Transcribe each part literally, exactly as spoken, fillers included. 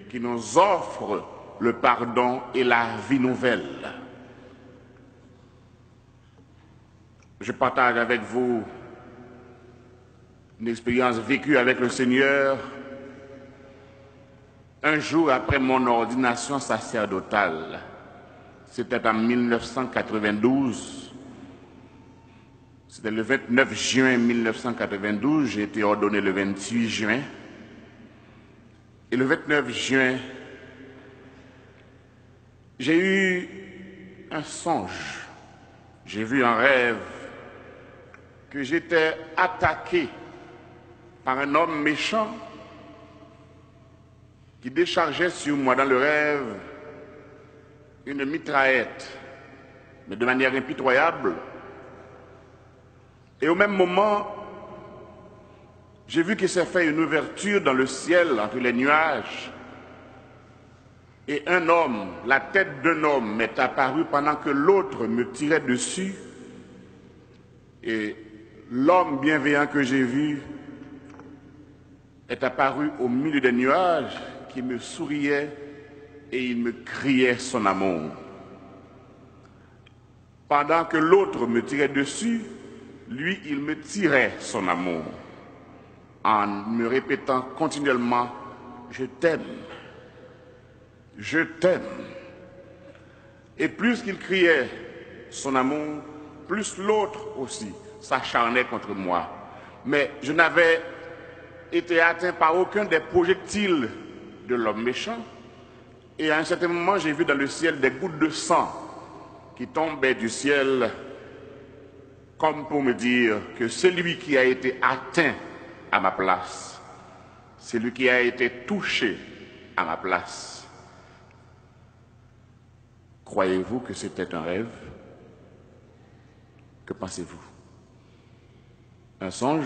qui nous offre le pardon et la vie nouvelle. Je partage avec vous une expérience vécue avec le Seigneur un jour après mon ordination sacerdotale. C'était en mille neuf cent quatre-vingt-douze. C'était le vingt-neuf juin mille neuf cent quatre-vingt-douze. J'ai été ordonné le vingt-huit juin. Et le vingt-neuf juin, j'ai eu un songe. J'ai vu un rêve que j'étais attaqué par un homme méchant qui déchargeait sur moi dans le rêve une mitraillette, mais de manière impitoyable. Et au même moment, j'ai vu qu'il s'est fait une ouverture dans le ciel entre les nuages. Et un homme, la tête d'un homme m'est apparue pendant que l'autre me tirait dessus. Et l'homme bienveillant que j'ai vu est apparu au milieu des nuages, qui me souriait et il me criait son amour. Pendant que l'autre me tirait dessus, lui, il me tirait son amour, en me répétant continuellement « Je t'aime, je t'aime ». Et plus qu'il criait son amour, plus l'autre aussi s'acharnait contre moi. Mais je n'avais été atteint par aucun des projectiles de l'homme méchant. Et à un certain moment, j'ai vu dans le ciel des gouttes de sang qui tombaient du ciel, comme pour me dire que celui qui a été atteint à ma place, celui qui a été touché à ma place. Croyez-vous que c'était un rêve? Que pensez-vous? Un songe?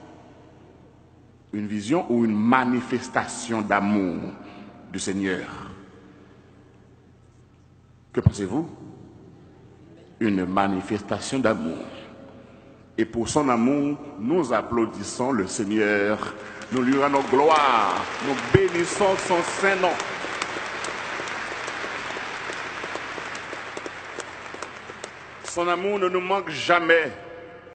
Une vision ou une manifestation d'amour du Seigneur? Que pensez-vous? Une manifestation d'amour. Et pour son amour, nous applaudissons le Seigneur, nous lui rendons gloire, nous bénissons son saint nom. Son amour ne nous manque jamais.